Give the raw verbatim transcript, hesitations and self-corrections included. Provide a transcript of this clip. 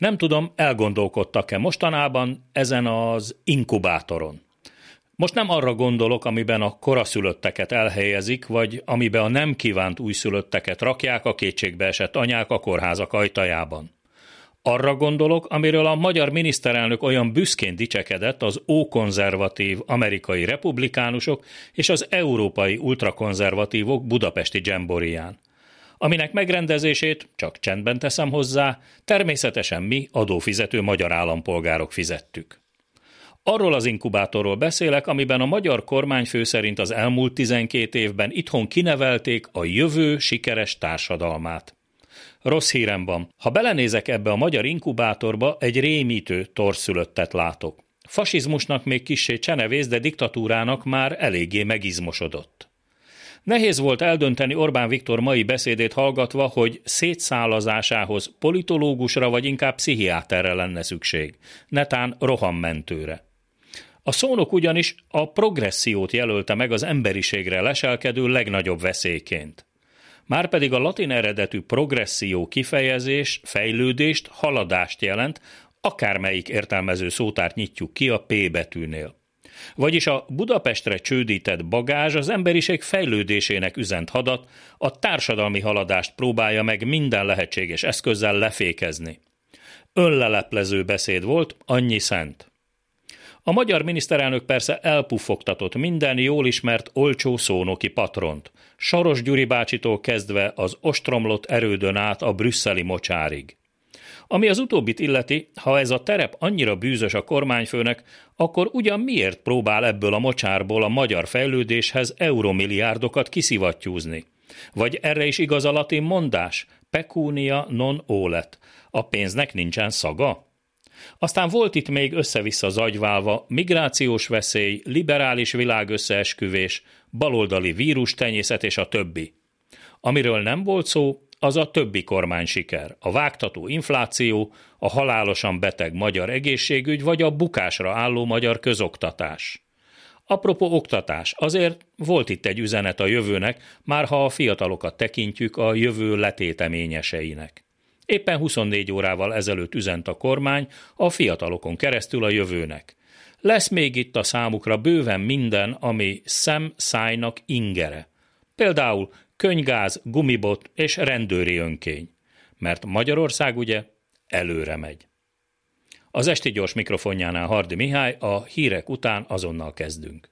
Nem tudom, elgondolkodtak-e mostanában ezen az inkubátoron. Most nem arra gondolok, amiben a koraszülötteket elhelyezik, vagy amiben a nem kívánt újszülötteket rakják a kétségbeesett anyák a kórházak ajtajában. Arra gondolok, amiről a magyar miniszterelnök olyan büszkén dicsekedett az ókonzervatív amerikai republikánusok és az európai ultrakonzervatívok budapesti dzsemborián, aminek megrendezését, csak csendben teszem hozzá, természetesen mi, adófizető magyar állampolgárok fizettük. Arról az inkubátorról beszélek, amiben a magyar kormányfő szerint az elmúlt tizenkét évben itthon kinevelték a jövő sikeres társadalmát. Rossz hírem van, ha belenézek ebbe a magyar inkubátorba, egy rémítő torszülöttet látok. Fasizmusnak még kissé csenevész, de diktatúrának már eléggé megizmosodott. Nehéz volt eldönteni Orbán Viktor mai beszédét hallgatva, hogy szétszálazásához politológusra vagy inkább pszichiáterre lenne szükség, netán rohammentőre. A szónok ugyanis a progressziót jelölte meg az emberiségre leselkedő legnagyobb veszélyként. Márpedig a latin eredetű progresszió kifejezés fejlődést, haladást jelent, akármelyik értelmező szótárt nyitjuk ki a P betűnél. Vagyis a Budapestre csődített bagázs az emberiség fejlődésének üzent hadat, a társadalmi haladást próbálja meg minden lehetséges eszközzel lefékezni. Önleleplező beszéd volt, annyi szent. A magyar miniszterelnök persze elpuffogtatott minden jól ismert olcsó szónoki patront, Soros Gyuri bácsitól kezdve az ostromlott erődön át a brüsszeli mocsárig. Ami az utóbbit illeti, ha ez a terep annyira bűzös a kormányfőnek, akkor ugyan miért próbál ebből a mocsárból a magyar fejlődéshez euromilliárdokat kiszivattyúzni? Vagy erre is igaz a latin mondás, pecunia non olet, a pénznek nincsen szaga? Aztán volt itt még össze-vissza zagyválva migrációs veszély, liberális világösszeesküvés, baloldali vírustenyészet és a többi. Amiről nem volt szó, az a többi kormány siker, a vágtató infláció, a halálosan beteg magyar egészségügy vagy a bukásra álló magyar közoktatás. Apropó oktatás, azért volt itt egy üzenet a jövőnek, már ha a fiatalokat tekintjük a jövő letéteményeseinek. Éppen huszonnégy órával ezelőtt üzent a kormány a fiatalokon keresztül a jövőnek. Lesz még itt a számukra bőven minden, ami szem szájnak ingere. Például könygáz, gumibot és rendőri önkény. Mert Magyarország ugye előre megy. Az Esti Gyors mikrofonjánál Hardy Mihály, a hírek után azonnal kezdünk.